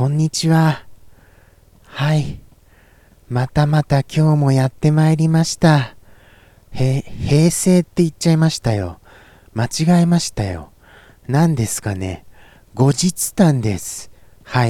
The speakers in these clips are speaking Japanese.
こんにちは。はい。また今日もやってまいりました。平成って言っちゃいましたよ。間違えましたよ。何ですかね。後日談です。はい。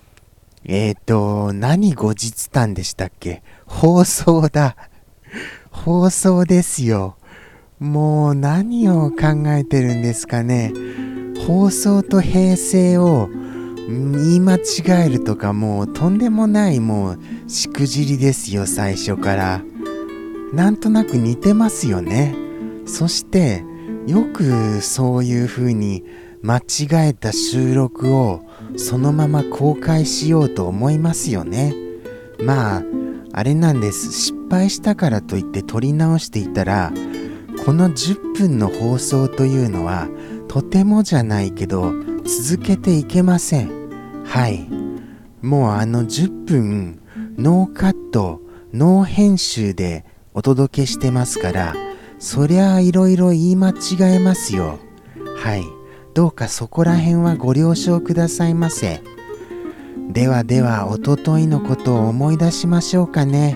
何後日談でしたっけ？放送だ。放送ですよ。もう何を考えてるんですかね。放送と平成を言い間違えるとか、もうとんでもないしくじりですよ。最初からなんとなく似てますよね。そしてよくそういう風に間違えた収録をそのまま公開しようと思いますよね。あれなんです。失敗したからといって撮り直していたら、この10分の放送というのはとてもじゃないけど続けていけません。はい。もう10分ノーカットノー編集でお届けしてますから、そりゃあいろいろ言い間違えますよ。はい。どうかそこら辺はご了承くださいませ。ではおとといのことを思い出しましょうかね。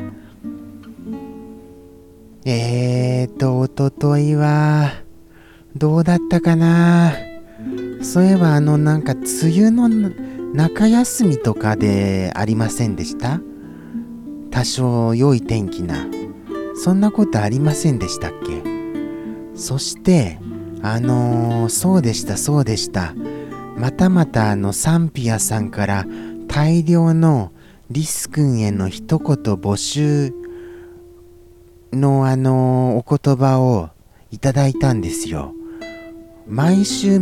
おとといはどうだったかな。そういえばなんか梅雨の中休みとかでありませんでした？多少良い天気な、そんなことありませんでしたっけ？そしてそうでした。またサンピアさんから大量のリス君への一言募集のお言葉をいただいたんですよ。毎週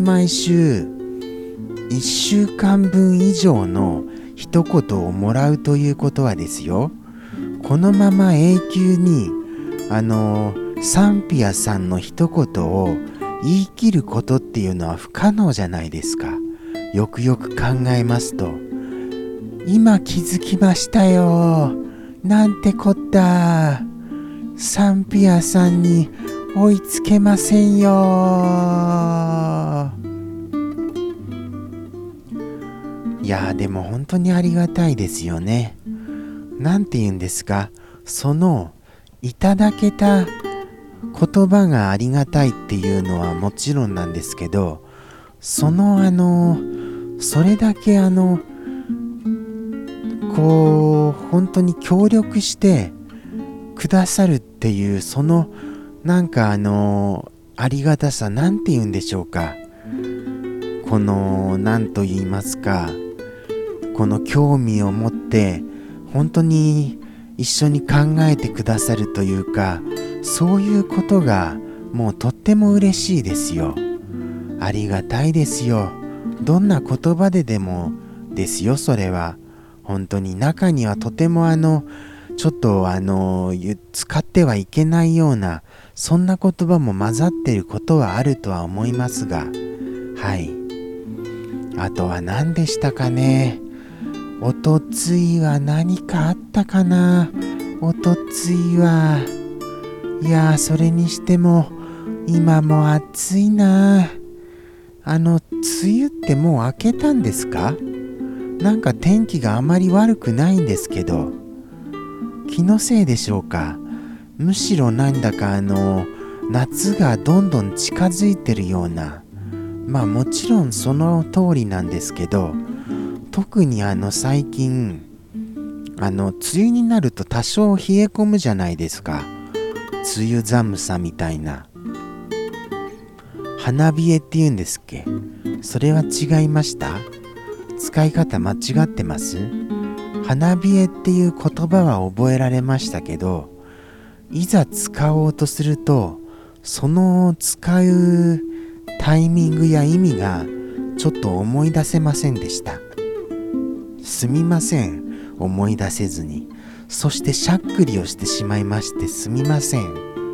1週間分以上の一言をもらうということはですよ、このまま永久にサンピアさんの一言を言い切ることっていうのは不可能じゃないですか。よくよく考えますと。今気づきましたよ。なんてこった。サンピアさんに追いつけませんよ。いやでも本当にありがたいですよね。なんて言うんですか、そのいただけた言葉がありがたいっていうのはもちろんなんですけど、それだけ本当に協力してくださるっていう、そのなんかありがたさ、なんて言うんでしょうか。なんと言いますか、この興味を持って本当に一緒に考えてくださるというか、そういうことがもうとっても嬉しいですよ。ありがたいですよ。どんな言葉でもですよ。それは本当に中にはとてもちょっと使ってはいけないような、そんな言葉も混ざっていることはあるとは思いますが、はい。あとは何でしたかね。おとついは何かあったかな。おとついはいやそれにしても今も暑いな。梅雨ってもう明けたんですか？なんか天気があまり悪くないんですけど、気のせいでしょうか。むしろなんだか夏がどんどん近づいてるような、もちろんその通りなんですけど、特に最近梅雨になると多少冷え込むじゃないですか。梅雨寒さみたいな。花冷えって言うんですっけ？それは違いました？使い方間違ってます？花冷えっていう言葉は覚えられましたけど、いざ使おうとするとその使うタイミングや意味がちょっと思い出せませんでした。すみません、思い出せずに。そしてしゃっくりをしてしまいましてすみません。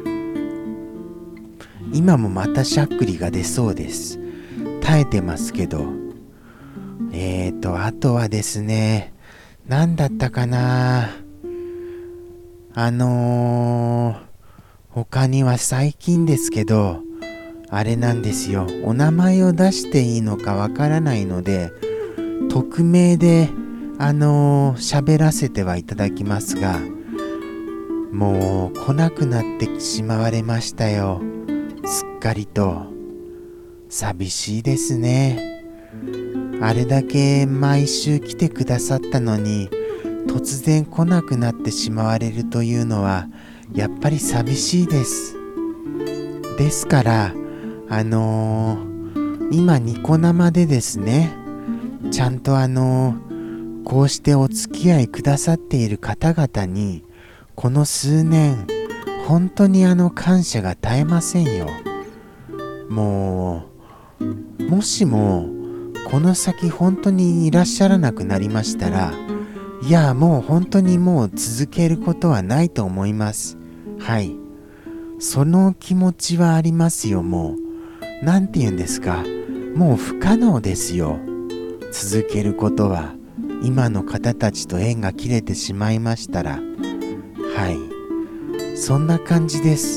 今もまたしゃっくりが出そうです。耐えてますけど。あとはですね、何だったかな。他には最近ですけど、あれなんですよ。お名前を出していいのかわからないので、 匿名で喋らせてはいただきますが、もう来なくなってしまわれましたよ。すっかりと。寂しいですね。あれだけ毎週来てくださったのに、突然来なくなってしまわれるというのはやっぱり寂しいです。ですから今ニコ生でですね、ちゃんとこうしてお付き合いくださっている方々にこの数年本当に感謝が絶えませんよ。もしもこの先本当にいらっしゃらなくなりましたら、いやもう本当にもう続けることはないと思います。はい、その気持ちはありますよ。もうなんて言うんですか、もう不可能ですよ、続けることは。今の方たちと縁が切れてしまいましたら。はい、そんな感じです。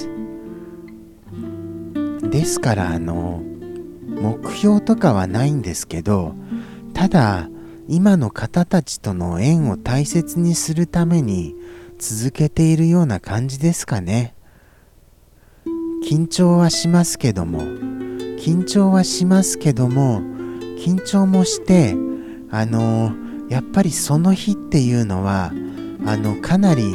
ですから目標とかはないんですけど、ただ今の方たちとの縁を大切にするために続けているような感じですかね。緊張はしますけども、緊張もしてやっぱりその日っていうのはかなり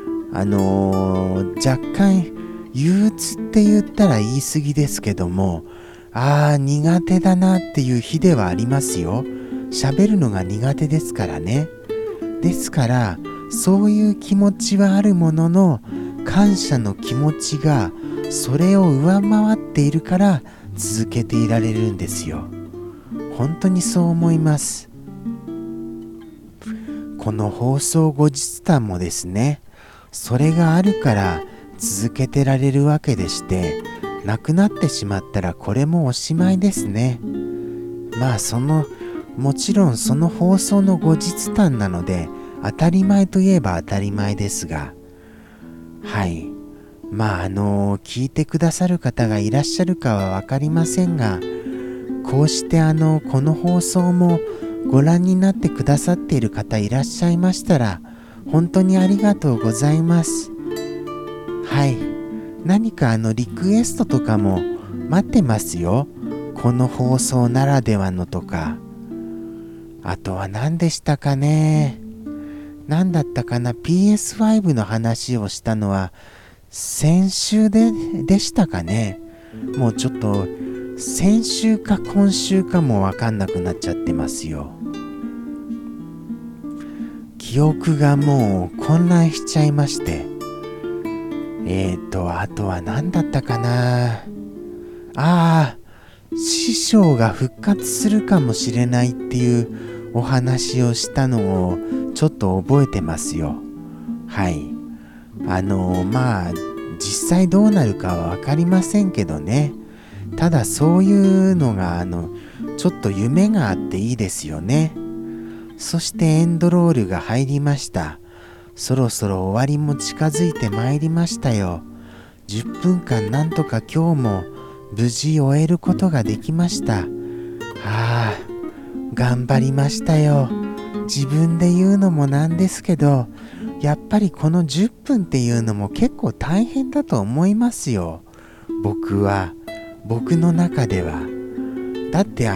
若干憂鬱って言ったら言い過ぎですけども、苦手だなっていう日ではありますよ。喋るのが苦手ですからね。ですからそういう気持ちはあるものの、感謝の気持ちがそれを上回っているから続けていられるんですよ。本当にそう思います。この放送後日談もですね、それがあるから続けてられるわけでして、なくなってしまったらこれもおしまいですね。もちろんその放送の後日談なので当たり前といえば当たり前ですが、はい、聞いてくださる方がいらっしゃるかは分かりませんが、こうしてこの放送もご覧になってくださっている方いらっしゃいましたら本当にありがとうございます。はい、何かリクエストとかも待ってますよ。この放送ならではのとか、あとは何でしたかね、何だったかな、 PS5 の話をしたのは先週でしたかね。もうちょっと先週か今週かも分かんなくなっちゃってますよ。記憶がもう混乱しちゃいまして、あとは何だったかな。師匠が復活するかもしれないっていうお話をしたのをちょっと覚えてますよ。はい、実際どうなるかは分かりませんけどね。ただそういうのがちょっと夢があっていいですよね。そしてエンドロールが入りました。そろそろ終わりも近づいてまいりましたよ。10分間なんとか今日も無事終えることができました。頑張りましたよ。自分で言うのもなんですけど、やっぱりこの10分っていうのも結構大変だと思いますよ。僕の中では。だって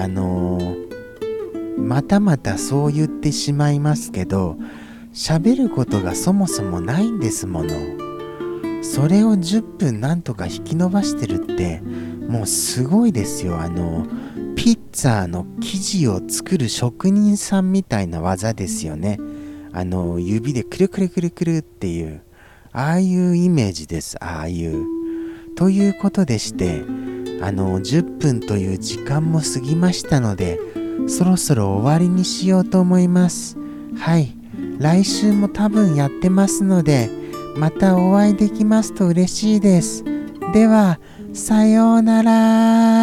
またそう言ってしまいますけど、喋ることがそもそもないんですもの。それを10分なんとか引き伸ばしてるってもうすごいですよ。ピッツァの生地を作る職人さんみたいな技ですよね。指でくるくるくるくるっていう、ああいうイメージです。ということでして、10分という時間も過ぎましたので、そろそろ終わりにしようと思います。はい、来週も多分やってますので、またお会いできますと嬉しいです。では、さようなら。